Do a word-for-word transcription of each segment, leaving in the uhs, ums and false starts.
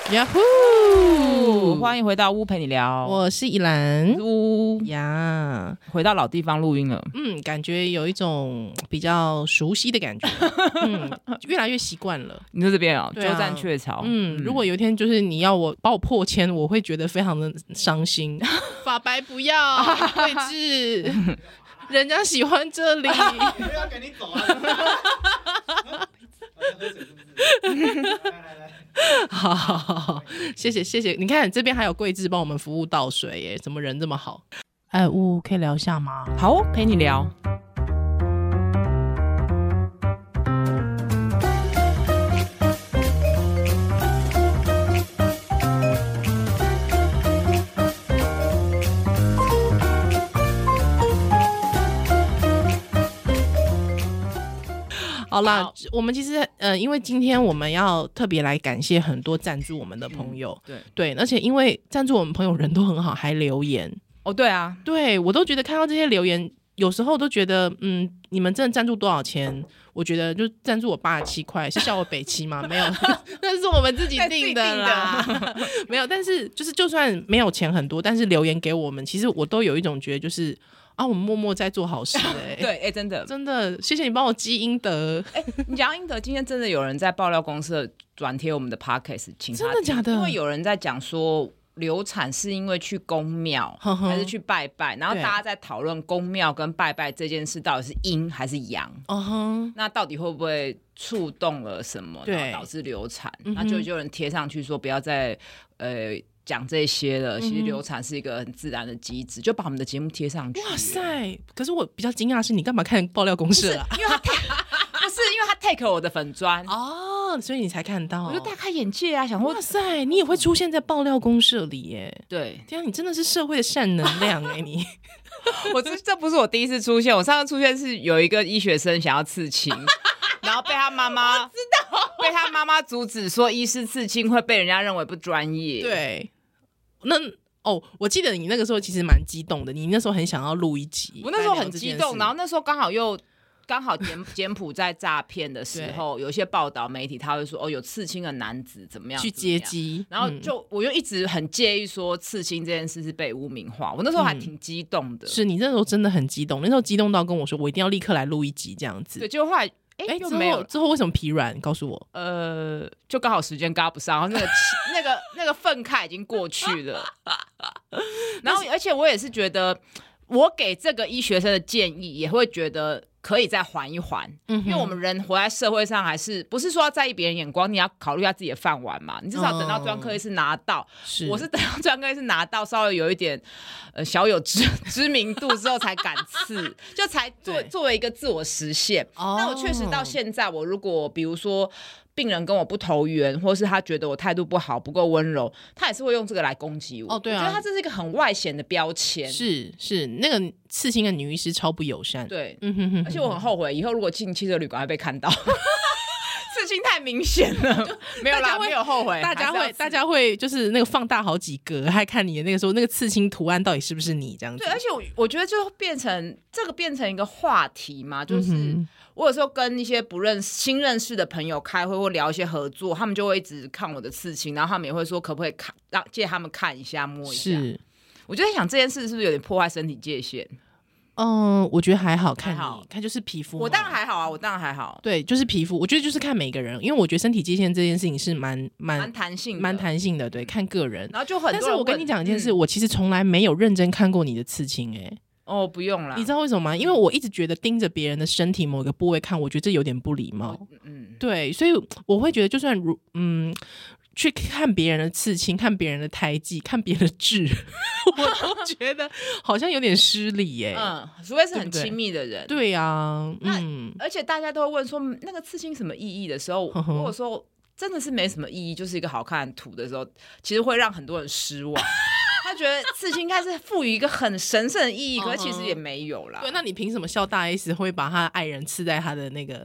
呀呼！ 欢迎回到屋陪你聊， 我是宜兰屋呀， 回到老地方录音了。 嗯，感觉有一种比较熟悉的感觉，嗯，越来越习惯了。 你在这边哦， 对啊鸠占鹊巢。 嗯，如果有一天就是你要我把我破千，我会觉得非常的伤心。法白不要，桂智，人家喜欢这里。 不要赶你走啊！ 好好好，谢谢谢谢。你看这边还有桂智帮我们服务倒水耶，怎么人这么好？哎，呜，可以聊一下吗？ 好哦，陪你聊。 好啦，好我们其实呃，因为今天我们要特别来感谢很多赞助我们的朋友， 嗯、 对对，而且因为赞助我们朋友人都很好，还留言哦，对啊， 对我都觉得看到这些留言，有时候都觉得嗯，你们真的赞助多少钱？我觉得就赞助我八十七块，是笑我北七吗？没有，那是我们自己定的啦，没有。但是就是就算没有钱很多，但是留言给我们，其实我都有一种觉得就是。啊，我们默默在做好事哎、欸， 对，哎、欸，真的， 真的，谢谢你帮我积阴德。 哎、欸，你讲阴德，今天真的有人在爆料公司转贴我们的 podcast， 请他真的假的？ 因为有人在讲说流产是因为去公庙还是去拜拜，然后大家在讨论公庙跟拜拜这件事到底是阴还是阳，嗯哼，那到底会不会触动了什么，然后导致流产？那就就有人贴上去说不要再呃。讲这些了，其实流产是一个很自然的机制，嗯、就把我们的节目贴上去。 哇塞！可是我比较惊讶的是，你干嘛看爆料公社啊？ 因为他 take, 不是因为他 take 我的粉专哦，所以你才看到。 我就大开眼界啊，想说哇塞，你也会出现在爆料公社里耶？ 对， 天啊，你真的是社会的善能量哎！你， 我这这不是我第一次出现，我上次出现是有一个医学生想要刺青。然后被他妈妈知道，被他妈妈阻止说医师刺青会被人家认为不专业。 对。那哦，我记得你那个时候其实蛮激动的，你那时候很想要录一集。 我那时候很激动，然后那时候刚好又刚好柬柬埔寨诈骗的时候，有一些报道媒体他会说哦，有刺青的男子怎么样去接机， 然后就、嗯、我就一直很介意说刺青这件事是被污名化，我那时候还挺激动的。 嗯、是你那时候真的很激动，那时候激动到跟我说我一定要立刻来录一集这样子。 对，结果后来。 哎、欸，之后之后为什么疲软？告诉我。 呃，就刚好时间赶不上，然后那个那个那个愤慨已经过去了。然后，而且我也是觉得，我给这个医学生的建议，也会觉得可以再缓一缓，嗯、因为我们人活在社会上，还是不是说要在意别人眼光，你要考虑一下自己的饭碗嘛。你至少等到专科医师拿到，哦、我是等到专科医师拿到，稍微有一点呃小有知知名度之后才敢刺，就才作作为一个自我实现。哦、那我确实到现在，我如果比如说。病人跟我不投缘，或是他觉得我态度不好、不够温柔，他也是会用这个来攻击我。哦，对啊，我觉得他这是一个很外显的标签。 是是，那个刺青的女医师超不友善。 对，嗯哼哼，而且我很后悔，以后如果进汽车旅馆会被看到。刺青太明显了，没有啦，没有后悔。 大家会，大家会就是那个放大好几格，还看你的那个时候那个刺青图案到底是不是你这样子。 对，而且我我觉得就变成这个变成一个话题嘛，就是。嗯我有时候跟一些不认识、新认识的朋友开会或聊一些合作，他们就会一直看我的刺青，然后他们也会说可不可以看，让借他们看一下、摸一下。是，我就在想这件事是不是有点破坏身体界限？ 嗯，我觉得还好，看你看就是皮肤。 我当然还好啊，我当然还好。 对，就是皮肤。我觉得就是看每个人，因为我觉得身体界限这件事情是蛮蛮蛮弹性、 蛮弹性的。对，看个人。 然后就很多人， 但是我跟你讲一件事，嗯、我其实从来没有认真看过你的刺青、欸，哎。 哦，不用啦。 你知道为什么吗？因为我一直觉得盯着别人的身体某个部位看，我觉得这有点不礼貌。哦、嗯，对，所以我会觉得，就算如嗯去看别人的刺青、看别人的胎记、看别人的痣，我都觉得好像有点失礼耶、欸。 嗯，除非是很亲密的人。 对呀、啊， 嗯，而且大家都会问说那个刺青什么意义的时候，呵呵我有时候真的是没什么意义，就是一个好看的图的时候，其实会让很多人失望。他觉得刺青应该是赋予一个很神圣的意义，可是其实也没有啦。 对，那你凭什么笑大 S 会把他爱人刺在他的那个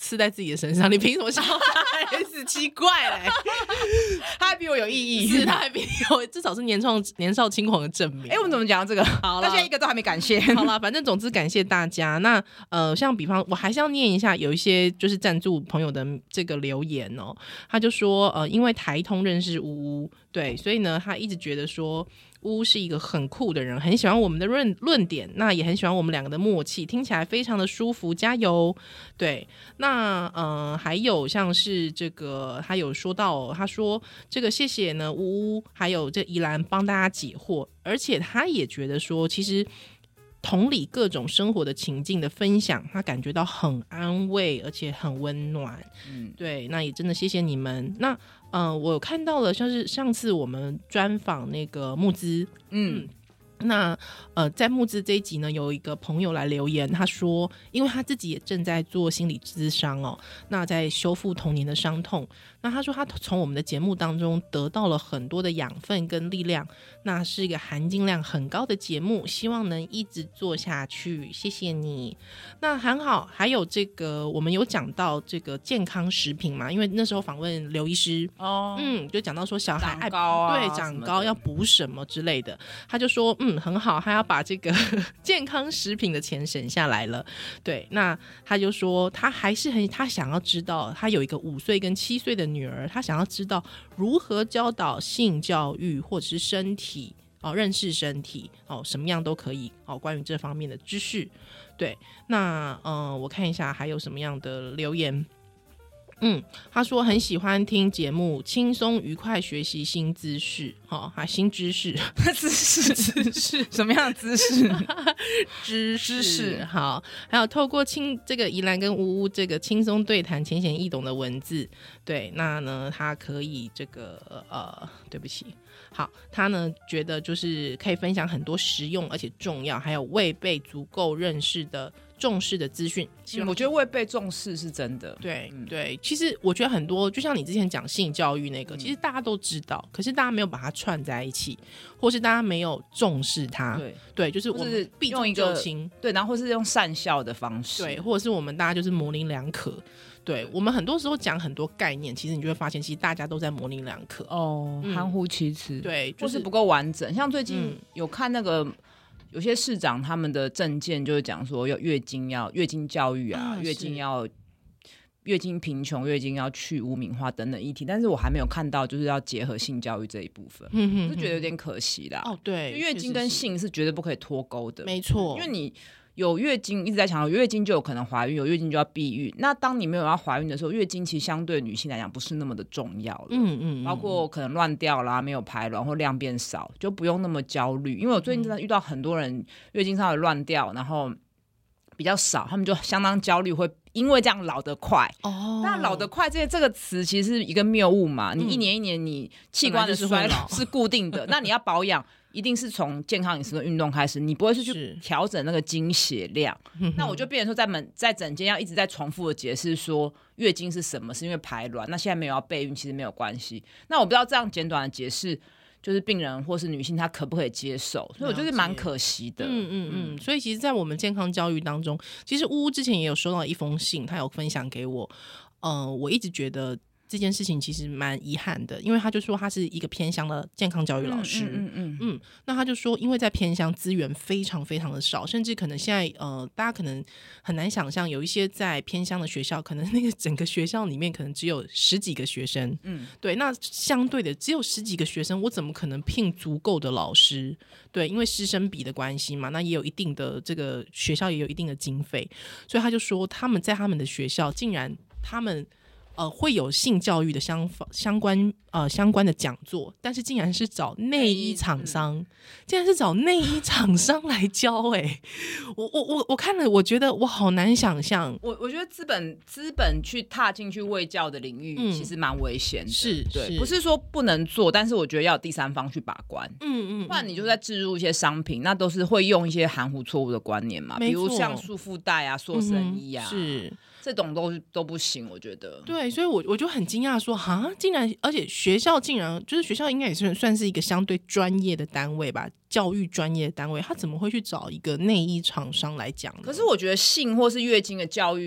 刺在自己的身上，你凭什么笑他？是奇怪嘞， 他还比我有意义， 是他还比我至少是年少年少轻狂的证明。 哎、欸，我们怎么讲这个？ 好了， 到现在一个都还没感谢。 好了，反正总之感谢大家。那呃，像比方我还是要念一下，有一些就是赞助朋友的这个留言哦，他就说呃，因为台通认识呜呜，对，所以呢，他一直觉得说。乌是一个很酷的人，很喜欢我们的论论点，那也很喜欢我们两个的默契，听起来非常的舒服，加油！对，那呃还有像是这个，他有说到、哦，他说这个谢谢呢乌乌，还有这宜兰帮大家解惑，而且他也觉得说，其实。同理各种生活的情境的分享，他感觉到很安慰，而且很温暖。嗯，对，那也真的谢谢你们。那呃，我看到了，像是上次我们专访那个募资，嗯。嗯那呃，在募资这一集呢，有一个朋友来留言，他说，因为他自己也正在做心理咨商哦，那在修复童年的伤痛。那他说他从我们的节目当中得到了很多的养分跟力量，那是一个含金量很高的节目，希望能一直做下去，谢谢你。那很好，还有这个我们有讲到这个健康食品嘛，因为那时候访问刘医师哦，嗯，就讲到说小孩爱长高啊， 对长高要补什么之类的，他就说嗯很好，他要把这个健康食品的钱省下来了。对，那他就说他还是很他想要知道，他有一个五岁跟七岁的女儿，他想要知道如何教导性教育或者是身体哦，认识身体哦，什么样都可以哦，关于这方面的知识。对，那呃，我看一下还有什么样的留言。嗯，他说很喜欢听节目，轻松愉快学习新知识，哦，还新知识， 知识知识什么样的知识？ 知识好，还有透过轻这个宜兰跟呜呜这个轻松对谈、浅显易懂的文字，对，那呢，他可以这个呃，对不起。好，他呢觉得就是可以分享很多实用而且重要，还有未被足够认识的重视的资讯。 嗯、我觉得未被重视是真的。 对、嗯、对，其实我觉得很多，就像你之前讲性教育那个、嗯，其实大家都知道，可是大家没有把它串在一起，或是大家没有重视它。对对，就是我们避重就轻， 对，然后或是用善笑的方式， 对，或者是我们大家就是模棱两可。对，我们很多时候讲很多概念，其实你就会发现其实大家都在模棱两可哦，嗯、含糊其辞， 对， 就是不够完整。像最近有看那个、嗯、有些市长他们的政见就是讲说要月经要月经教育啊，啊月经要月经贫穷，月经要去污名化等等议题，但是我还没有看到就是要结合性教育这一部分，嗯、就觉得有点可惜啦。 哦，对， 月经跟性是绝对不可以脱钩的， 没错， 因为你有月经一直在强调，有月经就有可能怀孕，有月经就要避孕。那当你没有要怀孕的时候，月经其实相对女性来讲不是那么的重要了。嗯嗯，包括可能乱掉啦，没有排卵或量变少，就不用那么焦虑。因为我最近真的遇到很多人月经稍微乱掉，然后比较少，他们就相当焦虑，会因为这样老得快。哦，那老得快这这个词其实是一个谬误嘛。你一年一年你器官的衰老是固定的，那你要保养。一定是从健康饮食跟运动开始，你不会是去调整那个经血量。那我就变成说在门在诊间要一直在重复的解释说月经是什么，是因为排卵，那现在没有要备孕，其实没有关系。那我不知道这样简短的解释，就是病人或是女性她可不可以接受，所以我觉得蛮可惜的。 嗯嗯嗯。所以其实，在我们健康教育当中，其实呜呜之前也有收到一封信，他有分享给我。呃，我一直觉得。这件事情其实蛮遗憾的，因为他就说他是一个偏乡的健康教育老师，嗯嗯 嗯, 嗯，那他就说，因为在偏乡资源非常非常的少，甚至可能现在呃，大家可能很难想象，有一些在偏乡的学校，可能那个整个学校里面可能只有十几个学生，嗯，对，那相对的只有十几个学生，我怎么可能聘足够的老师？对，因为师生比的关系嘛，那也有一定的这个学校也有一定的经费，所以他就说他们在他们的学校竟然他们。呃，会有性教育的相相关呃相关的讲座，但是竟然是找内衣厂商，嗯、竟然是找内衣厂商来教、欸，哎，我我我我看了，我觉得我好难想象。 我我觉得资本资本去踏进去卫教的领域，嗯、其实蛮危险的， 是， 对， 是不是说不能做，但是我觉得要有第三方去把关，嗯嗯，不然你就在置入一些商品，那都是会用一些含糊错误的观念嘛，比如像束缚带啊、塑身衣啊， 嗯、是。 这种都都不行，我觉得。 对，所以我我就很惊讶说，哈，竟然，而且学校竟然就是学校应该也是算是一个相对专业的单位吧，教育专业的单位，他怎么会去找一个内衣厂商来讲呢？ 可是我觉得性或是月经的教育，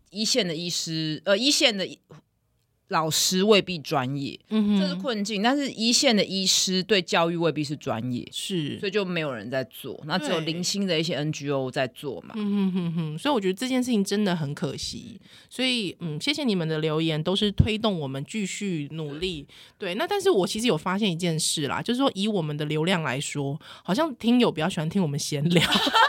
一线的医师，呃，一线的老师未必专业，嗯，这是困境。但是一线的医师对教育未必是专业， 是， 所以就没有人在做，那只有零星的一些 N G O 在做嘛。 嗯哼哼哼，所以我觉得这件事情真的很可惜。所以，嗯，谢谢你们的留言，都是推动我们继续努力。对，那但是我其实有发现一件事啦，就是说以我们的流量来说，好像听友比较喜欢听我们闲聊。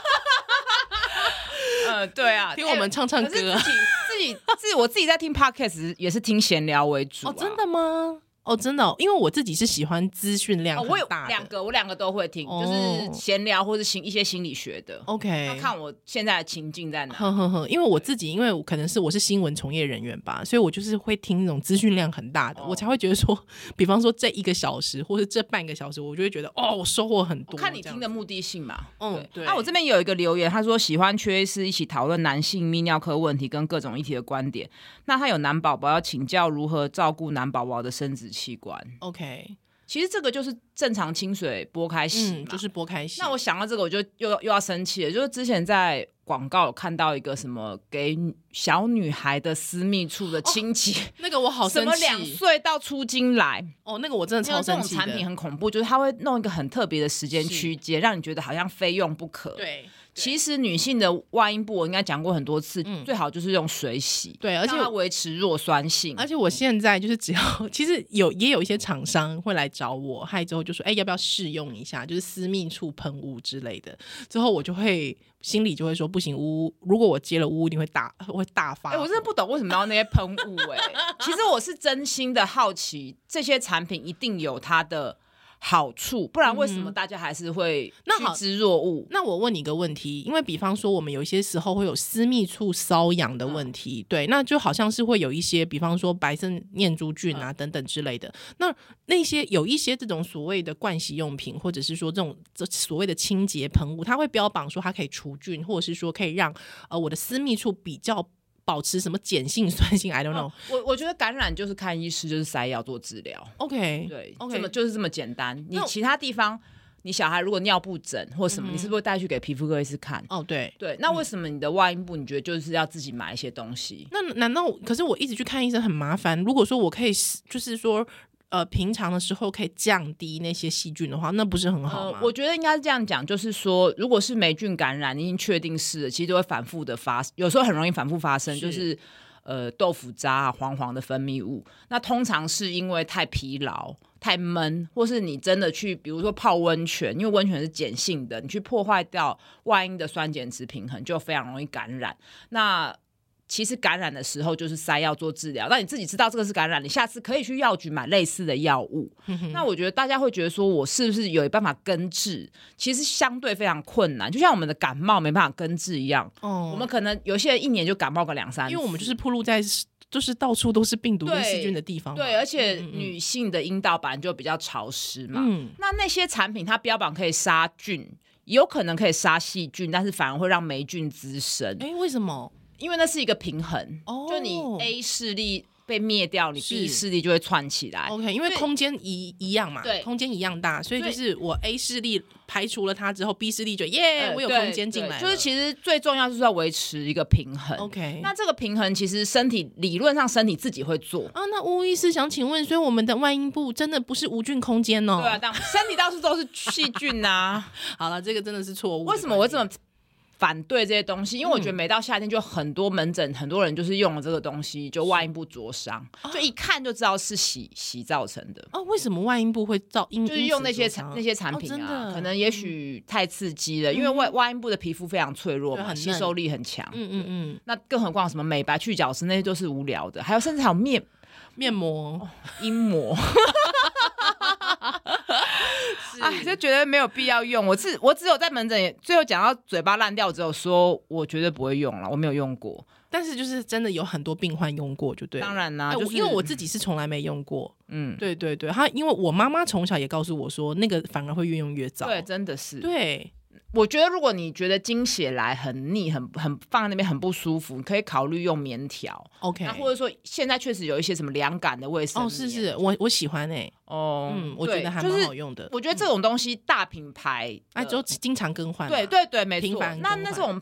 呃，对啊， 听我们唱唱歌、啊。 自己自己我自己在听 podcast 也是听闲聊为主、啊、 哦，真的吗？哦，真的、哦，因为我自己是喜欢资讯量很大的、哦、 我有两个，我两个都会听，哦、就是闲聊或是心一些心理学的。 OK， 要看我现在的情境在哪。 呵呵呵，因为我自己，因为可能是我是新闻从业人员吧，所以我就是会听那种资讯量很大的、哦，我才会觉得说，比方说这一个小时或是这半个小时，我就会觉得哦，我收获很多。 我看你听的目的性嘛。 嗯，对。 那、啊、我这边有一个留言，他说喜欢缺医师一起讨论男性泌尿科问题跟各种议题的观点。那他有男宝宝，要请教如何照顾男宝宝的生殖器官。 OK， 其实这个就是正常清水剥开洗嘛、 嗯、就是剥开洗。 那我想到这个我就又又要生气了，就是之前在广告有看到一个什么给小女孩的私密处的清洁、哦、 那个我好生气， 什么两岁到出经来哦，那个我真的超生气的。 这种产品很恐怖，就是它会弄一个很特别的时间区间，让你觉得好像非用不可。 对， 其实女性的外阴部我应该讲过很多次、嗯、最好就是用水洗， 对，而且让它维持弱酸性。 而且我现在就是只要其实有也有一些厂商会来找我，害之后就说哎、欸，要不要试用一下就是私密处喷雾之类的，之后我就会心里就会说不行，呜，如果我接了呜一定会大会大发。 哎、欸，我真的不懂为什么要那些喷雾哎。其实我是真心的好奇，这些产品一定有它的好处，不然为什么大家还是会趋之若鹜？ 那我问你一个问题，因为比方说我们有一些时候会有私密处瘙痒的问题、嗯、对，那就好像是会有一些比方说白色念珠菌啊、嗯、等等之类的，那那些有一些这种所谓的盥洗用品或者是说这种这所谓的清洁喷雾，它会标榜说它可以除菌，或者是说可以让呃我的私密处比较保持什么碱性酸性 I don't know、哦、 我, 我觉得感染就是看医师，就是塞药做治疗。 OK 对 OK， 这么就是这么简单。你其他地方你小孩如果尿布疹或什么、嗯、你是不是带去给皮肤科医师看？ 哦，对对，那为什么你的外阴部你觉得就是要自己买一些东西？ 那难道可是我一直去看医生很麻烦，如果说我可以就是说呃，平常的时候可以降低那些细菌的话，那不是很好吗？ 呃、我觉得应该是这样讲，就是说如果是霉菌感染你已经确定是了，其实都会反复的发，有时候很容易反复发生，是就是呃豆腐渣啊黄黄的分泌物，那通常是因为太疲劳太闷，或是你真的去比如说泡温泉，因为温泉是碱性的，你去破坏掉外阴的酸碱值平衡，就非常容易感染。那其实感染的时候就是塞药做治疗，那你自己知道这个是感染，你下次可以去药局买类似的药物、嗯、那我觉得大家会觉得说我是不是有办法根治，其实相对非常困难，就像我们的感冒没办法根治一样、哦、我们可能有些人一年就感冒个两三次， 因为我们就是暴露在就是到处都是病毒跟细菌的地方。 对, 对，而且女性的阴道本来就比较潮湿嘛、嗯、那那些产品它标榜可以杀菌，有可能可以杀细菌，但是反而会让霉菌滋生。 哎，为什么？ 因为那是一个平衡、哦、就你 A 势力被灭掉，你 B 势力就会窜起来。 OK， 因为空间一一样嘛，对，空间一样大，所以就是我 A 势力排除了它之后 B 势力就耶、呃、我有空间进来了。 就是其实最重要就是要维持一个平衡。 OK， 那这个平衡其实身体理论上身体自己会做啊。那吴医师想请问，所以我们的外阴部真的不是无菌空间哦？ 对啊，但身体到处都是细菌啊。 好了，这个真的是错误。 为什么我会这么反对这些东西？因为我觉得每到夏天就很多门诊、嗯、很多人就是用了这个东西就外阴部灼伤、哦、就一看就知道是洗洗造成的。 哦，为什么外阴部会造阴？ 就是用那些那些产品啊、哦，可能也许太刺激了、嗯、因为外外阴部的皮肤非常脆弱嘛，吸收力很强。嗯嗯嗯。那更何况什么美白去角质那些都是无聊的，还有甚至还有面面膜、 哦、阴膜。哎，就觉得没有必要用。我是我只有在门诊最后讲到嘴巴烂掉之后说我绝对不会用了，我没有用过。 但是就是真的有很多病患用过就对了。 当然啦、啊就是、 因为我自己是从来没用过。嗯，对对对，他因为我妈妈从小也告诉我说那个反而会越用越糟。 对，真的是。 对， 我觉得如果你觉得经血来很腻很很放在那边很不舒服，你可以考虑用棉条。 OK， 那或者说现在确实有一些什么凉感的卫生棉。哦， 是是，我我喜欢哎、欸。哦，嗯，我觉得还蛮好用的、 就是、我觉得这种东西大品牌哎、嗯，就经常更换。 对对对，没错。 频繁更换。 那那这种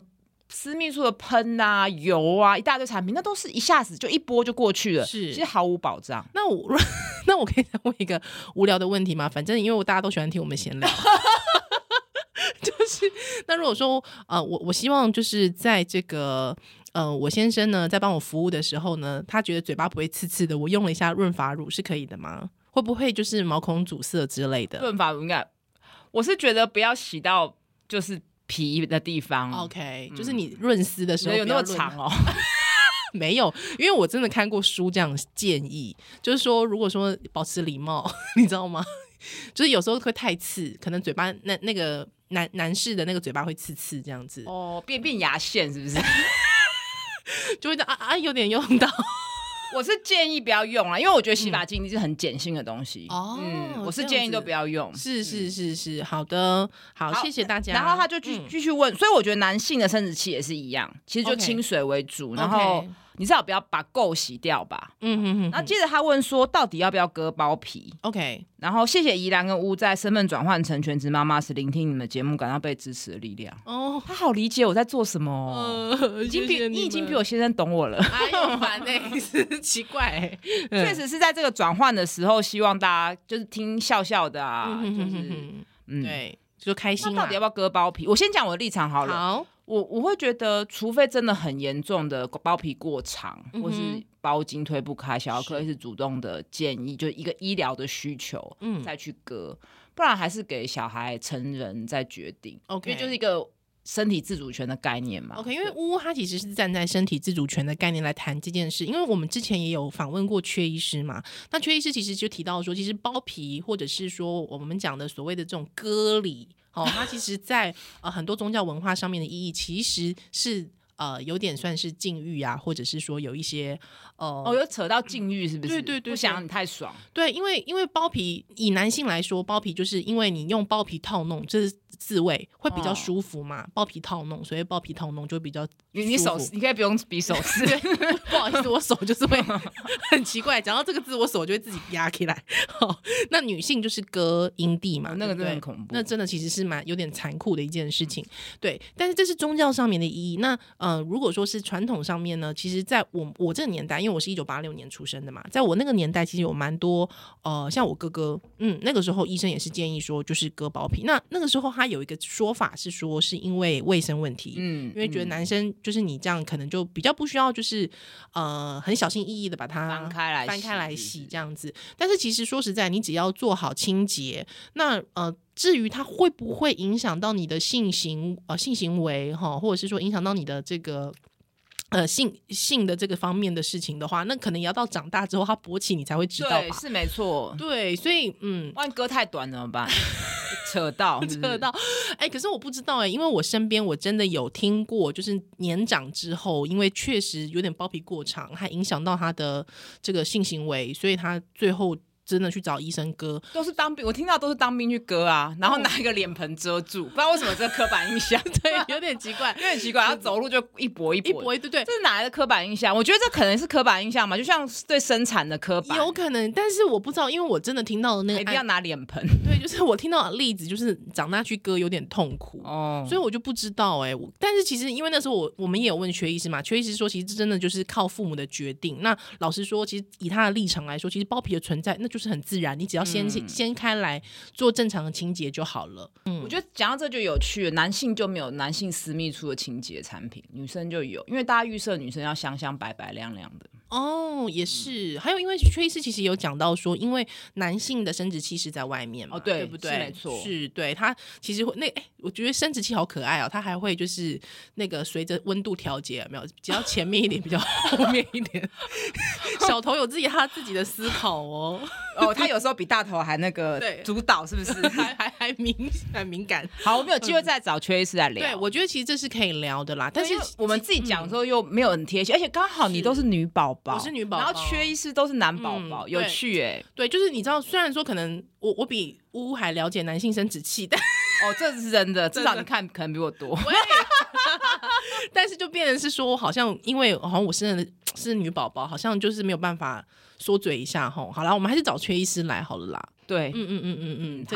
私密处的喷啊、油啊，一大堆产品，那都是一下子就一波就过去了， 是， 其实毫无保障。 那我那我可以再问一个无聊的问题吗？反正因为大家都喜欢听我们闲聊。就是那如果说呃，我我希望就是在这个呃，我先生呢在帮我服务的时候呢，他觉得嘴巴不会刺刺的，我用了一下润发乳是可以的吗？会不会就是毛孔阻塞之类的？ 润发乳应该，我是觉得不要洗到就是皮的地方。 OK，、嗯、就是你润丝的时候有那么长哦。 没有，因为我真的看过书这样建议，就是说如果说保持礼貌，你知道吗？就是有时候会太刺，可能嘴巴那那个男男士的那个嘴巴会刺刺这样子。 哦，变变牙线是不是？ 就会啊啊有点用到。 我是建议不要用啦，因为我觉得洗发精是很碱性的东西。哦、嗯，我是建议都不要用。 是是是是，好的，好，好谢谢大家。 然后他就继继续问、嗯，所以我觉得男性的生殖器也是一样，其实就清水为主， okay. 然后。Okay.你至少不要把垢洗掉吧。嗯哼哼哼。然后接着他问说，到底要不要割包皮 ？OK。 然后谢谢宜兰跟乌在身份转换成全职妈妈时，聆听你们的节目，感到被支持的力量。哦，他好理解我在做什么、哦。呃，已经比谢谢 你, 你已经比我先生懂我了。 哎呦，烦哎、欸，奇怪哎、欸。 确实是在这个转换的时候，希望大家就是听笑笑的啊，嗯、就是嗯，对，就开心。 那到底要不要割包皮？我先讲我的立场好了。 好。 我我会觉得，除非真的很严重的包皮过长，嗯、或是包茎推不开，小儿科医师主动的建议，就一个医疗的需求，嗯，再去割，不然还是给小孩、成人再决定。OK， 因为就是一个身体自主权的概念嘛。 OK， 因为乌乌他其实是站在身体自主权的概念来谈这件事，因为我们之前也有访问过阙医师嘛，那阙医师其实就提到说，其实包皮或者是说我们讲的所谓的这种割礼。哦，它其实在呃很多宗教文化上面的意义，其实是呃有点算是禁欲啊，或者是说有一些呃哦，有扯到禁欲是不是？ 对对对， 不想你太爽。 对，因为因为包皮以男性来说，包皮就是因为你用包皮套弄，这是自慰会比较舒服嘛，哦、包皮套弄，所以包皮套弄就比较舒服。 你你手你可以不用比手势， 不好意思，我手就是会很奇怪，讲到这个字，我手就会自己压起来。哦，那女性就是割阴蒂嘛， 哦、那个真的很恐怖， 那真的其实是蛮有点残酷的一件事情。对，但是这是宗教上面的意义。那呃，如果说是传统上面呢，其实在我我这个年代，因为我是一九八六年出生的嘛，在我那个年代，其实有蛮多呃，像我哥哥，嗯，那个时候医生也是建议说，就是割包皮。那那个时候他有一个说法是说，是因为卫生问题，嗯，因为觉得男生就是你这样可能就比较不需要，就是呃很小心翼翼的把它翻开来翻开来洗这样子。但是其实说实在，你只要做好清洁，那呃。至于它会不会影响到你的性行呃性行为哈，或者是说影响到你的这个呃性性的这个方面的事情的话，那可能也要到长大之后，它勃起你才会知道吧？ 对，是没错。 对，所以嗯， 万一割太短怎么办？扯到是是扯到，哎、欸，可是我不知道哎、欸，因为我身边我真的有听过，就是年长之后，因为确实有点包皮过长，还影响到他的这个性行为，所以他最后。真的去找医生割， 都是当兵，我听到都是当兵去割啊，然后拿一个脸盆遮住，不知道为什么这个刻板印象， 对，有点奇怪， 有点奇怪，然后走路就一跛一跛， 一跛，对对， 这是哪来的刻板印象？我觉得这可能是刻板印象嘛，就像对生产的刻板， 有可能，但是我不知道，因为我真的听到的那个一定要拿脸盆， 对，就是我听到的例子，就是长大去割有点痛苦哦，所以我就不知道哎、欸，但是其实因为那时候我我们也有问阙医师嘛，阙医师说其实真的就是靠父母的决定。那老实说，其实以他的立场来说，其实包皮的存在那就是很自然，你只要要先、嗯、先开来做正常的清洁就好了。嗯， 我觉得讲到这就有趣了，男性就没有男性私密处的清洁产品，女生就有，因为大家预设女生要香香白白亮亮的。 哦，也是、嗯、还有因为阙医师其实有讲到说，因为男性的生殖器是在外面嘛， 哦 对, 对不对？ 是没错， 是对他其实会那哎，我觉得生殖器好可爱哦，他还会就是那个随着温度调节，有没有？比较前面一点，比较后面一点。小头有自己他自己的思考哦。 哦，他有时候比大头还那个主导，是不是？ 还还还敏很敏感。 好，我们有机会再找阙医师来聊。 对，我觉得其实这是可以聊的啦，但是我们自己讲的时候又没有很贴切、嗯，而且刚好你都是女宝宝， 我是女宝宝， 然后阙医师都是男宝宝、嗯，有趣哎、欸。 对，就是你知道，虽然说可能我我比乌还了解男性生殖器，但哦，这是真的，至少你看可能比我多。 但是就变成是说，好像因为好像我生的是女宝宝，好像就是没有办法说嘴一下吼。好啦，我们还是找阙医师来好了啦。 对， 嗯嗯嗯嗯嗯， 好。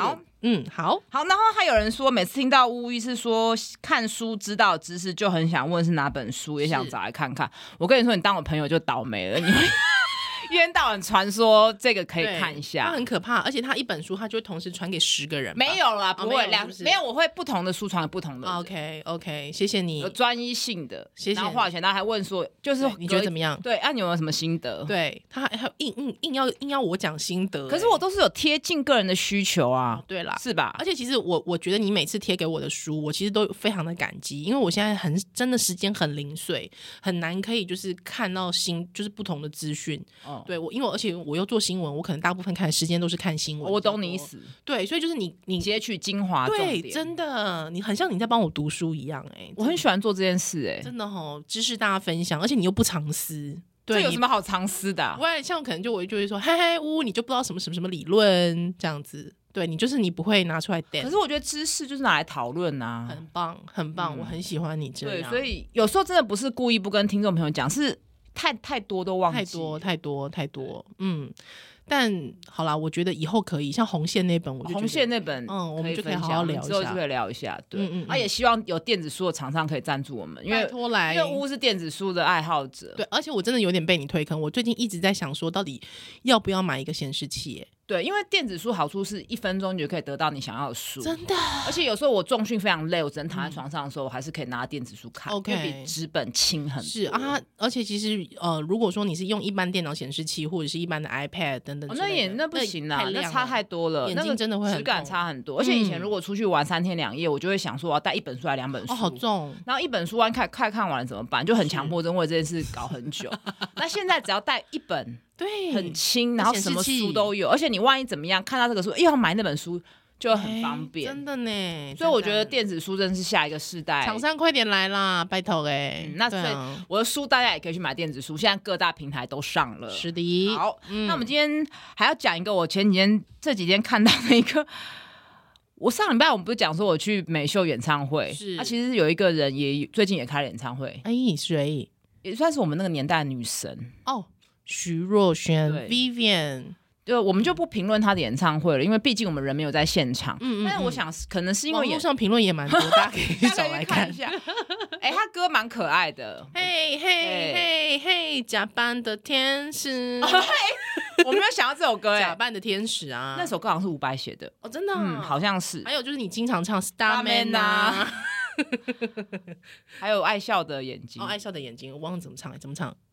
嗯，好好。然后还有人说，每次听到巫医是说看书知道知识，就很想问是哪本书，也想找来看看。我跟你说，你当我朋友就倒霉了，你会一天到晚传说这个可以看一下， 它很可怕，而且他一本书他就会同时传给十个人。 没有啦，不会， 哦、 两没有，我会不同的书传给不同的人。 OK OK， 谢谢你， 有专一性的， 谢谢。 然后花钱，他还问说，就是你觉得怎么样？ 对，啊，你有没有什么心得？ 对他还还硬硬硬要硬要我讲心得、欸， 可是我都是有贴近个人的需求啊。 哦、对啦， 是吧？ 而且其实我我觉得你每次贴给我的书，我其实都非常的感激，因为我现在很真的时间很零碎，很难可以就是看到新就是不同的资讯。哦，对我，因为而且我又做新闻，我可能大部分看的时间都是看新闻。 我懂你意思。 对，所以就是你你截取精华重点， 对，真的，你很像你在帮我读书一样、欸，哎， 我很喜欢做这件事、欸，哎， 真的哦，知识大家分享，而且你又不藏私。 对，这有什么好藏私的、啊？ 我像可能就我就会说，嘿嘿呜，你就不知道什么什么什么理论这样子。对，你就是你不会拿出来点。 可是我觉得知识就是拿来讨论啊， 很棒很棒、嗯，我很喜欢你这对， 样。 所以有时候真的不是故意不跟听众朋友讲，是太太多都忘记， 太多太多太多，嗯。但好啦，我觉得以后可以像红线那本，我就觉得红线那本， 嗯，我们就可以好好聊一下， 之后就可以聊一下。对，嗯嗯嗯，啊，也希望有电子书的厂商可以赞助我们，因为托来， 因为乌是电子书的爱好者。 对，而且我真的有点被你推坑，我最近一直在想说，到底要不要买一个显示器、欸？ 对，因为电子书好处是一分钟你就可以得到你想要的书， 真的。 而且有时候我重训非常累，我只能躺在床上的时候，嗯、我还是可以拿电子书看， okay, 因为比纸本轻很多。是啊，而且其实呃，如果说你是用一般电脑显示器或者是一般的 iPad 等等、哦， 那也那不行啦，那差太多了， 眼睛真的会很质感差很多。而且以前如果出去玩三天两夜，我就会想说我要带一本书来两本书， 哦，好重。 然后一本书完看看看完了怎么办？就很强迫症为这件事搞很久。那现在只要带一本。 对， 很轻，然后什么书都有，而且你万一怎么样看到这个书，又要买那本书，就很方便。 真的呢， 所以我觉得电子书真的是下一个世代。 厂商快点来啦，拜托哎、 嗯！那所以我的书大家也可以去买电子书，现在各大平台都上了。 是的。 好，嗯、那我们今天还要讲一个我前几天这几天看到的一个。我上礼拜我们不是讲说我去美秀演唱会，是，啊、其实有一个人也最近也开了演唱会， 哎，谁？ 也算是我们那个年代的女神哦。徐若瑄 Vivian， 对，我们就不评论她的演唱会了，因为毕竟我们人没有在现场。嗯嗯，但是我想可能是因为网络上评论也蛮多，大家可以找来看一下。哎、欸，他歌蛮可爱的。 嘿嘿嘿嘿，假扮的天使。 哦欸、我没有想到这首歌、欸， 假扮的天使啊， 那首歌好像是伍佰写的。 哦，真的、啊， 嗯，好像是。 还有就是你经常唱 Starman 啊， 还有爱笑的眼睛。 哦，爱笑的眼睛，我忘了怎么唱，怎么唱？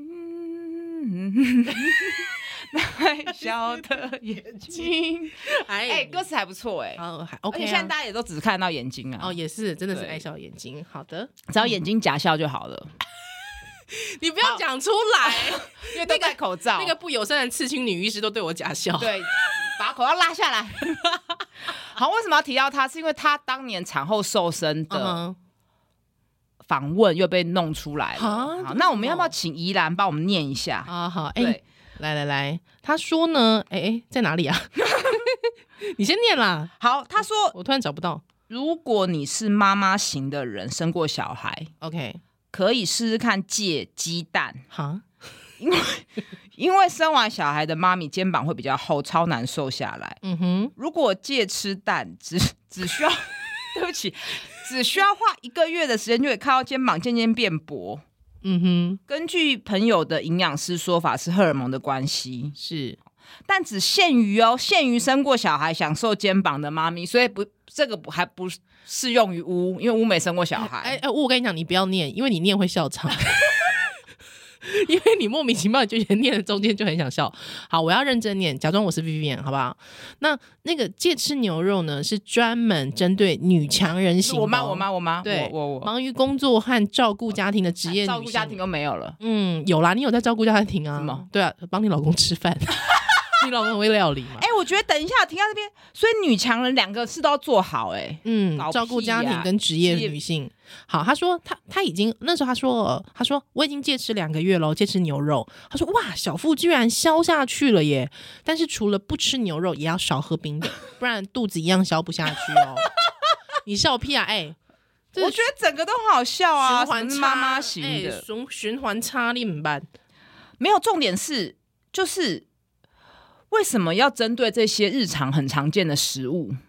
爱笑的眼睛，哎、欸，歌词还不错哎、欸， 哦还 OK，、啊、 而且现在大家也都只看到眼睛啊， 哦也是，真的是爱笑眼睛，好的， 只要眼睛假笑就好了。 你不要讲出来， 因为都戴口罩、 那個，那个不友善的刺青女医师都对我假笑， 对，把口罩拉下来。好，为什么要提到他？是因为他当年产后瘦身的。Uh-huh.访问又被弄出来了，好，那我们要不要请宜兰帮我们念一下啊？好，哎、欸，来来来，他说呢，哎、欸、哎，在哪里啊？你先念啦。 好，他说， 我突然找不到。 如果你是妈妈型的人，生过小孩 ，OK， 可以试试看戒鸡蛋， 哈， 因为因为生完小孩的妈咪肩膀会比较厚，超难瘦下来。嗯哼，如果戒吃蛋，只只需要，对不起。只需要花一个月的时间，就可以看到肩膀渐渐变薄。嗯哼，根据朋友的营养师说法，是荷尔蒙的关系， 是， 但只限于哦，限于生过小孩享受肩膀的妈咪，所以不，这个不还不适用于乌，因为乌没生过小孩。 哎哎，我跟你讲，你不要念，因为你念会笑场。因为你莫名其妙就觉得念的中间就很想笑。好，我要认真念，假装我是 Vivian 好不好？那那个戒吃牛肉呢，是专门针对女强人型。 我妈我妈我妈， 对， 我我忙于工作和照顾家庭的职业女性， 照顾家庭都没有了。 嗯，有啦，你有在照顾家庭啊？ 什么？ 对啊，帮你老公吃饭。你老公很会料理嘛？ 哎、欸，我觉得等一下停在这边，所以女强人两个事都要做好、欸。哎， 嗯，照顾家庭跟职业女性。好，他说他他已经那时候他说他说我已经戒吃两个月了，戒吃牛肉。他说哇，小腹居然消下去了耶！但是除了不吃牛肉，也要少喝冰的，不然肚子一样消不下去哦。你笑屁啊！哎、欸， 我觉得整个都很好笑啊， 循环妈妈型的， 循、欸、循环差你怎么办？ 没有，重点是就是为什么要针对这些日常很常见的食物？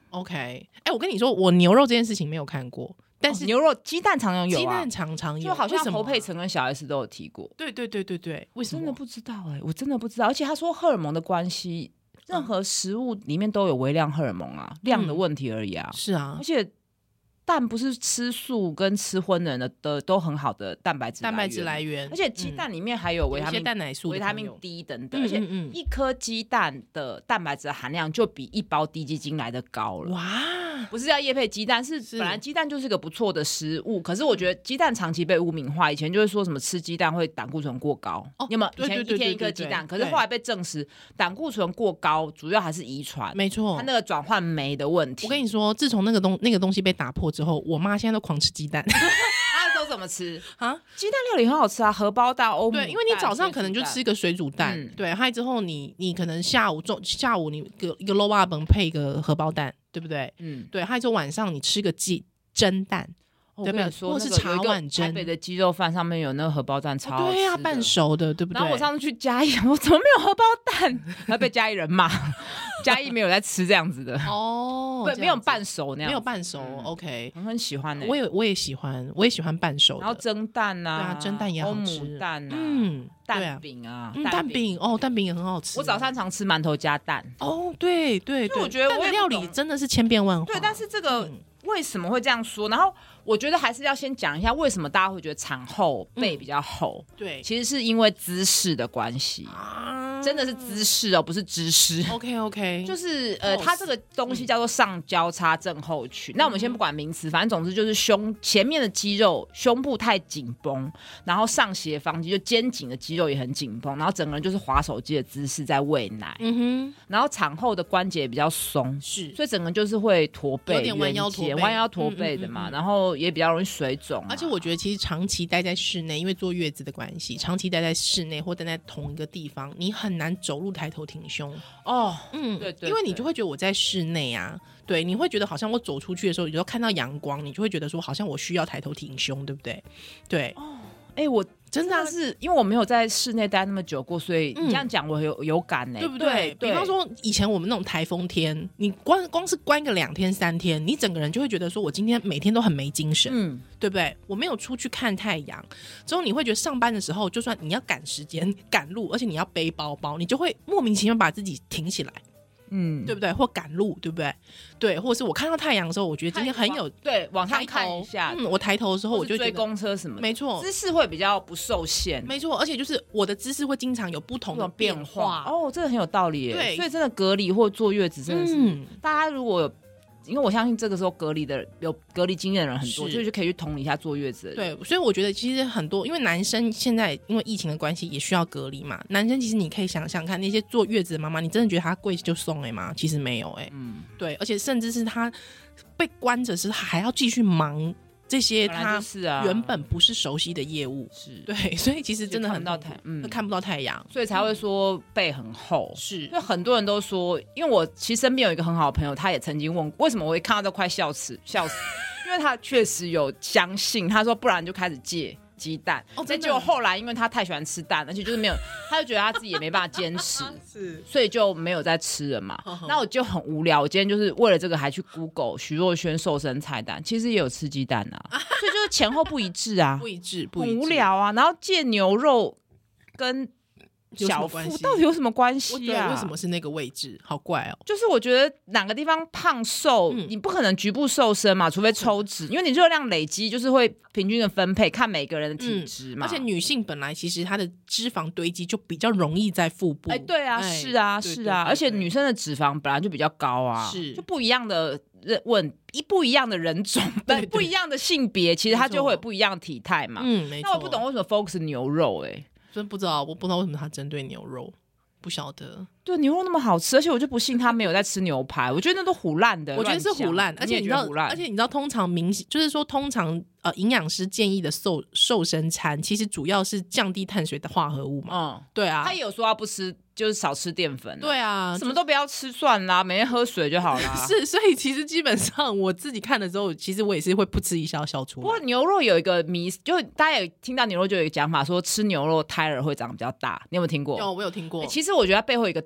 OK， 哎、欸，我跟你说，我牛肉这件事情没有看过，但是、 哦、牛肉鸡蛋常常有、啊， 鸡蛋常常有， 就好像侯佩为什么啊岑跟小 S 都有提过。 对对对对对，为什么？ 真的不知道哎、欸，我真的不知道。而且他说荷尔蒙的关系，任何食物里面都有微量荷尔蒙啊，嗯、量的问题而已啊。 是啊， 而且蛋不是吃素跟吃荤的人 的, 的都很好的蛋白质蛋白质来源， 而且鸡蛋里面还有维他命、 嗯、蛋奶素、 维他命 D 等等， 嗯嗯嗯， 而且一颗鸡蛋的蛋白质的含量就比一包低基精来的高了。 哇！ 不是要业配鸡蛋，是本来鸡蛋就是个不错的食物，可是我觉得鸡蛋长期被污名化，以前就会说什么吃鸡蛋会胆固醇过高，哦、你有没有？以前一天一颗鸡蛋，可是后来被证实胆固醇过高主要还是遗传， 没错， 它那个转换酶的问题。 我跟你说，自从那个东那个东西被打破之后，我妈现在都狂吃鸡蛋。 她都怎么吃啊？ 鸡蛋料理很好吃啊，荷包蛋、欧姆蛋。 对，因为你早上可能就吃一个水煮蛋， 嗯、 对，还之后你你可能下午中下午你一个一个肉瓦本配一个荷包蛋，对不对？嗯，对，还之后晚上你吃个鸡蒸蛋。 对不对？ 或是茶碗蒸， 台北的鸡肉饭上面有那个荷包蛋，超好吃的。 对呀、啊，半熟的，对不对？ 然后我上次去嘉义，我怎么没有荷包蛋？还被嘉义人骂，嘉义没有在吃这样子的哦， 对，没有半熟那样， 没有半熟、嗯、，OK， 我很喜欢、欸， 我也我也喜欢，我也喜欢半熟的。 然后蒸蛋啊， 对啊，蒸蛋也好吃， 欧姆蛋啊， 嗯， 蛋饼啊， 嗯、蛋饼哦，蛋饼也很好吃。 我早上常吃馒头加蛋。 哦，对对对， 我觉得我料理真的是千变万化。 对，但是这个。嗯为什么会这样说？然后我觉得还是要先讲一下为什么大家会觉得产后背比较厚。嗯、 对， 其实是因为姿势的关系，啊、真的是姿势哦，不是知识。 OK OK， 就是呃，它这个东西叫做上交叉症候群。嗯、那我们先不管名词，反正总之就是胸前面的肌肉，胸部太紧绷，然后上斜方肌就肩颈的肌肉也很紧绷，然后整个人就是滑手机的姿势在喂奶。嗯哼，然后产后的关节比较松，是，所以整个就是会驼背， 有点弯腰驼背。 弯腰驼背的嘛，嗯嗯嗯嗯，然后也比较容易水肿、啊。 而且我觉得，其实长期待在室内，因为坐月子的关系，长期待在室内或待在同一个地方，你很难走路抬头挺胸。哦，嗯，对 对, 对，因为你就会觉得我在室内啊，对，你会觉得好像我走出去的时候，你就看到阳光，你就会觉得说，好像我需要抬头挺胸，对不对？对。哦， 哎、欸，我。真的是因为我没有在室内待那么久过，所以你这样讲我有有感呢、欸嗯， 对不对？对，比方说以前我们那种台风天，你光光是关个两天三天，你整个人就会觉得说我今天每天都很没精神，嗯，对不对？我没有出去看太阳，之后你会觉得上班的时候，就算你要赶时间赶路，而且你要背包包，你就会莫名其妙把自己挺起来。嗯，对不对？或赶路，对不对？对，或者是我看到太阳的时候，我觉得今天很有对往上看一下。 嗯，我抬头的时候，我就追公车什么的， 没错， 姿势会比较不受限， 没错。而且就是我的姿势会经常有不同的变化。 哦，这个很有道理耶。 对， 所以真的隔离或坐月子真的是，嗯、大家如果有。因为我相信这个时候隔离的有隔离经验的人很多，所以就可以去同理一下坐月子的人。 对，所以我觉得其实很多，因为男生现在因为疫情的关系也需要隔离嘛。男生其实你可以想想看，那些坐月子的妈妈，你真的觉得他跪就送哎、欸、吗？其实没有哎、欸，嗯，对，而且甚至是他被关着时，他还要继续忙这些他原本不是熟悉的业务，是对，所以其实真的很到太，嗯，看不到太阳， 所以才会说背很厚。 是， 就很多人都说，因为我其实身边有一个很好的朋友，他也曾经问为什么我一看到都快笑死，笑死，因为他确实有相信，他说不然就开始戒鸡蛋，哦，但结果后来因为他太喜欢吃蛋，而且就是没有，他就觉得他自己也没办法坚持，是，所以就没有再吃了嘛。那我就很无聊，我今天就是为了这个还去 Google 徐若瑄瘦身菜单，其实也有吃鸡蛋啊，所以就是前后不一致啊， 不一致，不一致， 很无聊啊。然后戒牛肉跟小腹到底有什么关系啊？ 为什么是那个位置？好怪哦！ 就是我觉得哪个地方胖瘦，嗯、你不可能局部瘦身嘛，除非抽脂，因为你热量累积就是会平均的分配，看每个人的体质嘛、嗯。 而且女性本来其实她的脂肪堆积就比较容易在腹部。 哎，对啊，是啊，是啊，而且女生的脂肪本来就比较高啊，是就不一样的问一不一样的人种，对不一样的性别，其实它就会有不一样的体态嘛。嗯，没错。那我不懂为什么 focus 牛肉、欸，哎。 真不知道，我不知道为什么他针对牛肉，不晓得。 对，牛肉那么好吃，而且我就不信他没有在吃牛排，我觉得那都唬烂的。 我觉得是唬烂，而且你知道，而且你知道，通常明就是说，通常呃营养师建议的瘦瘦身餐，其实主要是降低碳水的化合物嘛。嗯，对啊， 他也有说他不吃。就是少吃淀粉、啊， 对啊， 什么都不要吃算啦，每天喝水就好啦。 是，所以其实基本上我自己看的时候，其实我也是会不吃一笑笑出来。 不过牛肉有一个迷，就大家有听到牛肉就有一个讲法，说吃牛肉胎儿会长得比较大，你有没有听过？ 有，我有听过。 欸、其实我觉得它背后有一个道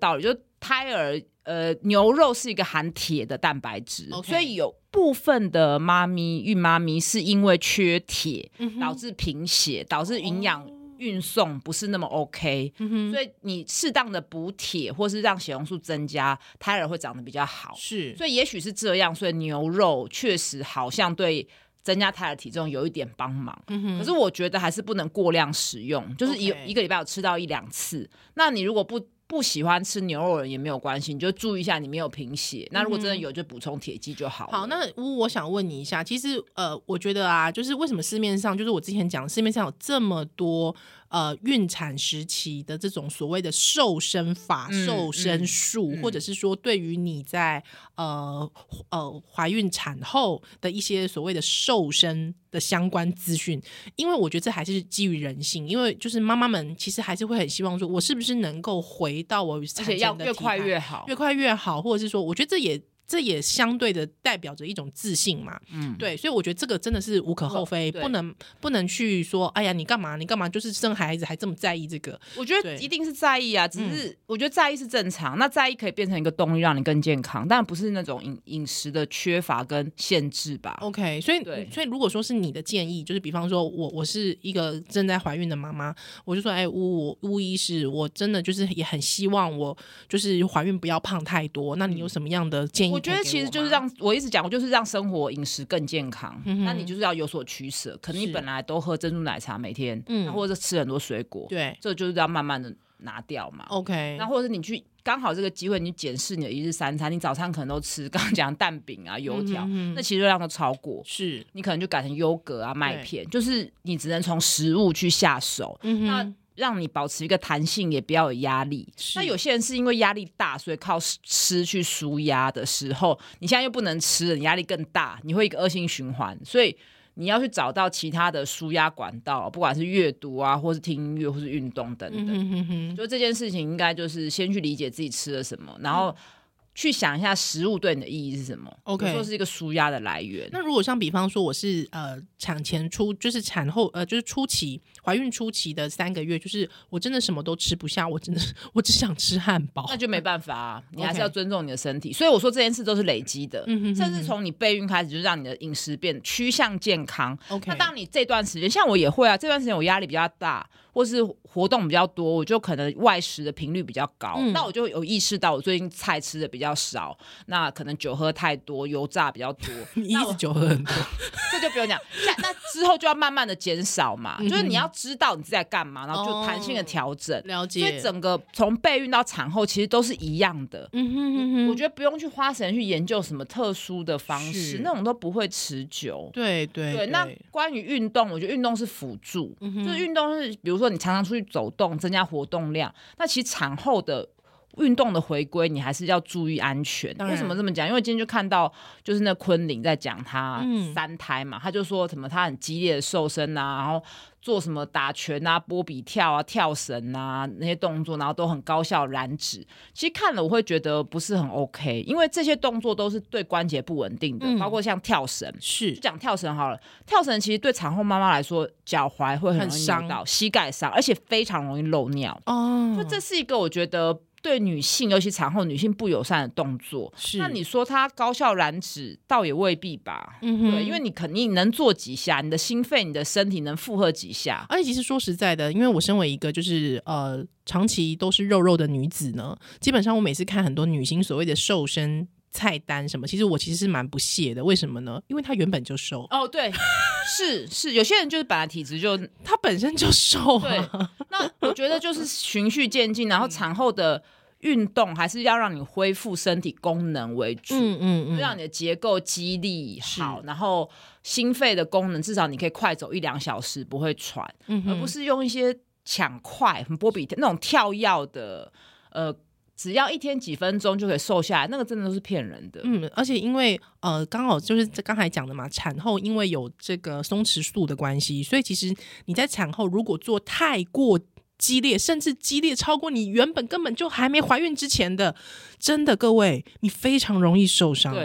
道理，就胎儿呃牛肉是一个含铁的蛋白质， okay. 所以有部分的妈咪孕妈咪是因为缺铁、嗯、导致贫血，导致营养运送不是那么 OK、嗯、所以你适当的补铁或是让血红素增加，胎儿会长得比较好。 是， 所以也许是这样，所以牛肉确实好像对增加胎儿体重有一点帮忙、嗯、可是我觉得还是不能过量食用，就是一, Okay. 一个礼拜有吃到一两次。那你如果不不喜欢吃牛肉的人也没有关系，你就注意一下你没有贫血、嗯、那如果真的有就补充铁剂就好了。 好，那我想问你一下，其实呃，我觉得啊，就是为什么市面上，就是我之前讲市面上有这么多呃孕产时期的这种所谓的瘦身法、嗯、瘦身术、嗯、或者是说对于你在呃呃怀孕产后的一些所谓的瘦身的相关资讯，因为我觉得这还是基于人性，因为就是妈妈们其实还是会很希望说我是不是能够回到我产前的体态， 而且要越快越好， 越快越好，或者是说我觉得这也这也相对的代表着一种自信嘛，嗯，对，所以我觉得这个真的是无可厚非，不能不能去说，哎呀，你干嘛你干嘛，就是生孩子还这么在意这个， 我觉得一定是在意啊，只是我觉得在意是正常，嗯、那在意可以变成一个动力，让你更健康，但不是那种饮饮食的缺乏跟限制吧。 OK， 所以所以如果说是你的建议，就是比方说我我是一个正在怀孕的妈妈，我就说，哎，巫巫医师，我真的就是也很希望我就是怀孕不要胖太多，那你有什么样的建议？ 我觉得其实就是让我一直讲，我就是让生活饮食更健康、嗯、那你就是要有所取舍，可能你本来都喝珍珠奶茶每天、嗯、或者吃很多水果， 对， 这就是要慢慢的拿掉嘛。 OK， 那或者是你去刚好这个机会你检视你的一日三餐，你早餐可能都吃刚刚讲蛋饼啊油条、嗯、那其实热量都超过，是你可能就改成优格啊麦片，就是你只能从食物去下手、嗯、那让你保持一个弹性，也不要有压力。那有些人是因为压力大，所以靠吃去抒压的时候，你现在又不能吃了，你压力更大，你会一个恶性循环。所以你要去找到其他的抒压管道，不管是阅读啊，或是听音乐，或是运动等等、嗯、哼哼哼，就这件事情应该就是先去理解自己吃了什么，然后去想一下食物对你的意义是什么。 OK， 比如说是一个抒压的来源。 那如果像比方说我是呃产前初就是产后呃就是初期怀孕初期的三个月，就是我真的什么都吃不下，我真的我只想吃汉堡， 那就没办法啊，你还是要尊重你的身体。所以我说这件事都是累积的、嗯、哼哼哼，甚至从你备孕开始就让你的饮食变趋向健康。 OK， 那当你这段时间像我也会啊，这段时间我压力比较大或是活动比较多，我就可能外食的频率比较高、嗯、那我就有意识到我最近菜吃的比较少，那可能酒喝太多，油炸比较多你一直酒喝很多这就不用讲，那之后就要慢慢的减少嘛、嗯、就是你要知道你在干嘛，然后就弹性的调整、哦、 了解。 所以整个从备孕到产后其实都是一样的。嗯哼哼哼，我觉得不用去花时间去研究什么特殊的方式，那种都不会持久。 对对 对, 对。 那关于运动，我觉得运动是辅助、嗯、就是运动是比如说你常常出去走动增加活动量，那其实产后的运动的回归你还是要注意安全。为什么这么讲？因为今天就看到就是那昆凌在讲他三胎嘛、嗯、他就说什么他很激烈的瘦身啊，然后做什么打拳啊波比跳啊跳绳啊那些动作，然后都很高效燃脂。其实看了我会觉得不是很 OK， 因为这些动作都是对关节不稳定的、嗯、包括像跳绳，是就讲跳绳好了，跳绳其实对产后妈妈来说脚踝会很容易扭到，膝盖伤，而且非常容易漏尿哦。就这是一个我觉得对女性尤其产后女性不友善的动作。是，那你说它高效燃脂倒也未必吧、嗯、对，因为你肯定能做几下，你的心肺你的身体能负荷几下。 而且其实说实在的，因为我身为一个就是呃长期都是肉肉的女子呢，基本上我每次看很多女星所谓的瘦身菜单什么，其实我其实是蛮不屑的。为什么呢？因为她原本就瘦。 哦，对，是是，有些人就是本来体质就她本身就瘦、啊、 对，那我觉得就是循序渐进，然后产后的运动还是要让你恢复身体功能为主，嗯嗯嗯，让你的结构肌力好，然后心肺的功能至少你可以快走一两小时不会喘、嗯、而不是用一些抢快很波比那种跳跃的呃只要一天几分钟就可以瘦下来，那个真的都是骗人的。 嗯，而且因为呃，刚好就是刚才讲的嘛，产后因为有这个松弛素的关系，所以其实你在产后如果做太过激烈，甚至激烈超过你原本根本就还没怀孕之前的，真的各位，你非常容易受伤。对。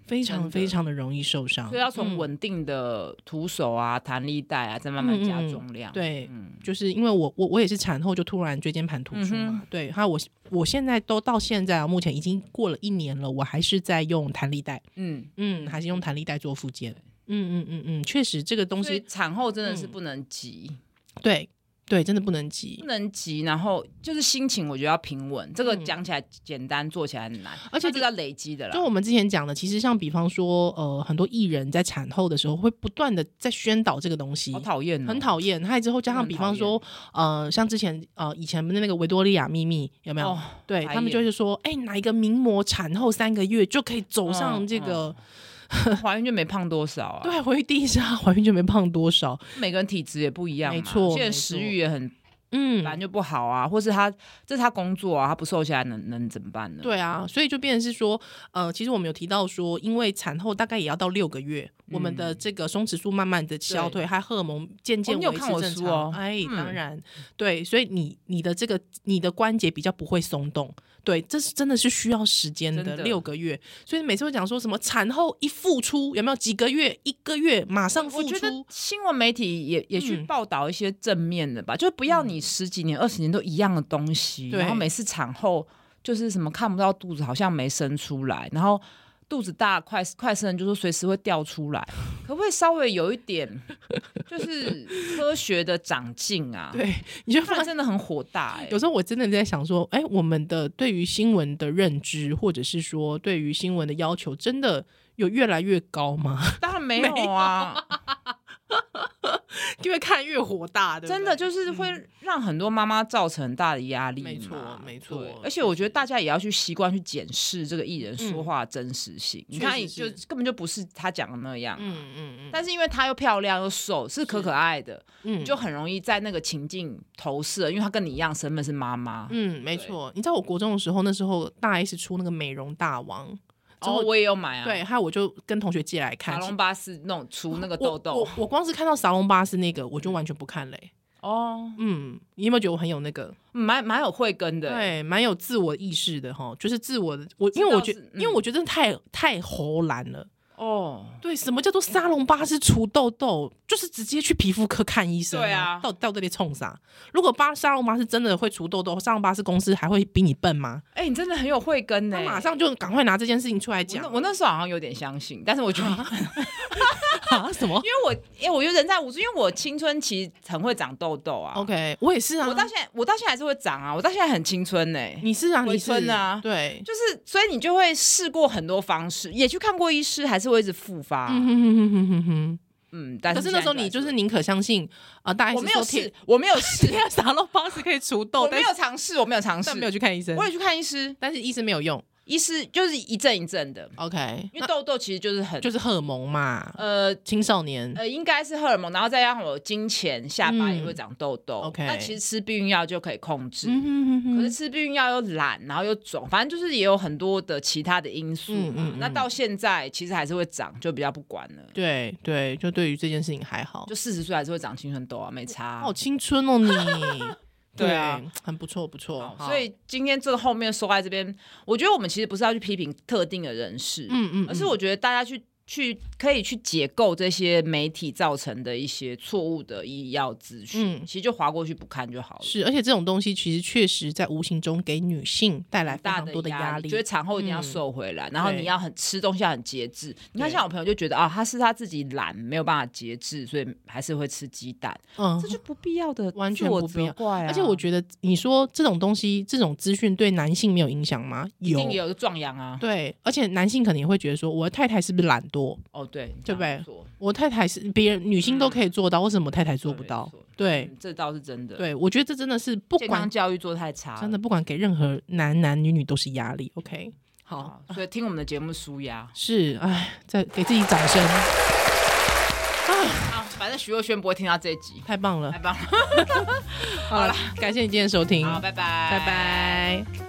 非常非常的容易受伤， 所以要从稳定的徒手啊、弹力带啊，再慢慢加重量。 嗯、对、嗯，就是因为我我我也是产后就突然椎间盘突出嘛，嗯、对，还有我我现在都到现在啊，目前已经过了一年了，我还是在用弹力带，嗯嗯，还是用弹力带做复健，嗯嗯嗯嗯，确实这个东西产后真的是不能急， 嗯、对。对，真的不能急， 不能急，然后就是心情，我觉得要平稳。这个讲起来简单，嗯、做起来很难，而且这要累积的啦。 就我们之前讲的，其实像比方说，呃，很多艺人在产后的时候会不断的在宣导这个东西， 好讨厌、哦， 很讨厌。还有之后加上，比方说，呃，像之前呃以前的那个维多利亚秘密有没有？哦、对他们就是说，哎，哪一个名模产后三个月就可以走上这个。嗯嗯怀孕就没胖多少啊？ 对，怀孕第一次怀孕就没胖多少， 每个人体质也不一样嘛， 没错。 现在食欲也很，嗯，本来就不好啊，或是他这是他工作啊，他不瘦下来能能怎么办呢？ 对啊，所以就变成是说，呃，其实我们有提到说，因为产后大概也要到六个月，嗯、我们的这个松弛素慢慢的消退，还荷尔蒙渐渐维持正常。 哦、 哎，嗯、当然，对，所以你你的这个你的关节比较不会松动。对，这是真的是需要时间的，六个月。所以每次会讲说什么产后一复出有没有几个月、一个月马上复出？ 我觉得新闻媒体也也去报道一些正面的吧，嗯、就不要你十几年、二十年都一样的东西，然后每次产后就是什么看不到肚子，好像没生出来，然后肚子大快快生就说随时会掉出来，可不可以稍微有一点就是科学的长进啊？ 对，你就发现真的很火大哎、欸。 有时候我真的在想说，哎，我们的对于新闻的认知，或者是说对于新闻的要求，真的有越来越高吗？ 当然没有啊。 因为看越火大，对不对？ 真的就是会让很多妈妈造成很大的压力嘛。 没错，没错。 而且我觉得大家也要去习惯去检视这个艺人说话的真实性。嗯、你看，就根本就不是他讲的那样。嗯嗯嗯。但是因为她又漂亮又瘦，是可可爱的，嗯，就很容易在那个情境投射，因为她跟你一样身份是妈妈。 嗯，没错。你知道我国中的时候，那时候大 S 出那个美容大王。 然后、哦、我也有买啊， 对，还有我就跟同学借来看。 沙龙巴斯那种除那个痘痘， 我 我, 我光是看到沙龙巴斯那个，我就完全不看嘞、欸。哦，嗯，你有没有觉得我很有那个， 蛮蛮有慧根的， 对，蛮有自我意识的哈，就是自我的，我因为我觉得，嗯、因为我觉得太太齁蓝了。哦，对，什么叫做沙龙巴斯除痘痘？就是直接去皮肤科看医生、啊。对啊，到到这里冲啥？如果巴沙龙巴斯真的会除痘痘，沙龙巴斯公司还会比你笨吗？ 哎、欸，你真的很有慧根呢、欸， 他马上就赶快拿这件事情出来讲。 我, 我那时候好像有点相信，但是我觉得啊什么？ 因为我因为我觉得人在无助，因为我青春期很会长痘痘啊。 OK， 我也是啊， 我到现在我到现在还是会长啊，我到现在很青春呢、欸。 你是啊，你是啊， 对， 就是所以你就会试过很多方式，也去看过医师，还是会一直复发。嗯哼哼哼哼哼哼。嗯，但是可是那时候你就是宁可相信啊、呃，大 S 我没有试，我没有试， 沙龙巴斯可以除痘， 我没有尝试，我没有尝试， 但没有去看医生， 我也去看医师， 但是医生没有用。 医师就是一阵一阵的 ，OK， 因为痘痘其实就是很就是荷尔蒙嘛，呃，青少年呃应该是荷尔蒙，然后再让我经前下巴也会长痘痘、嗯、，OK， 那其实吃避孕药就可以控制，嗯、哼哼哼可是吃避孕药又懒，然后又肿，反正就是也有很多的其他的因素嘛，嗯嗯嗯那到现在其实还是会长，就比较不管了。 对对，就对于这件事情还好， 就四十岁还是会长青春痘啊，没差， 好青春哦你。对啊，很不错，不错。 所以今天这个后面说在这边，我觉得我们其实不是要去批评特定的人士，嗯嗯，而是我觉得大家去去可以去解构这些媒体造成的一些错误的医药资讯、嗯，其实就滑过去不看就好了。 是，而且这种东西其实确实在无形中给女性带来非常多的压力， 觉得产后一定要瘦回来，嗯、然后你要很吃东西要很节制。你看，像我朋友就觉得啊，他是他自己懒，没有办法节制，所以还是会吃鸡蛋，嗯，这就不必要的， 完全不必要。 怪啊！ 而且我觉得你说这种东西，这种资讯对男性没有影响吗？有， 一定有壮阳啊。 对，而且男性可能也会觉得说，我的太太是不是懒惰？ 哦，对。 对不对？我太太是别人女性都可以做到，嗯、为什么我太太做不到？对、 嗯，这倒是真的。 对，我觉得这真的是不管健康教育做太差， 真的不管给任何男男女女都是压力。OK， 好， 好所以听我们的节目舒压是，哎，再给自己掌声。 啊，反正徐若瑄不会听到这一集， 太棒了， 太棒了。 好了，感谢你今天的收听， 好，拜拜， 拜拜。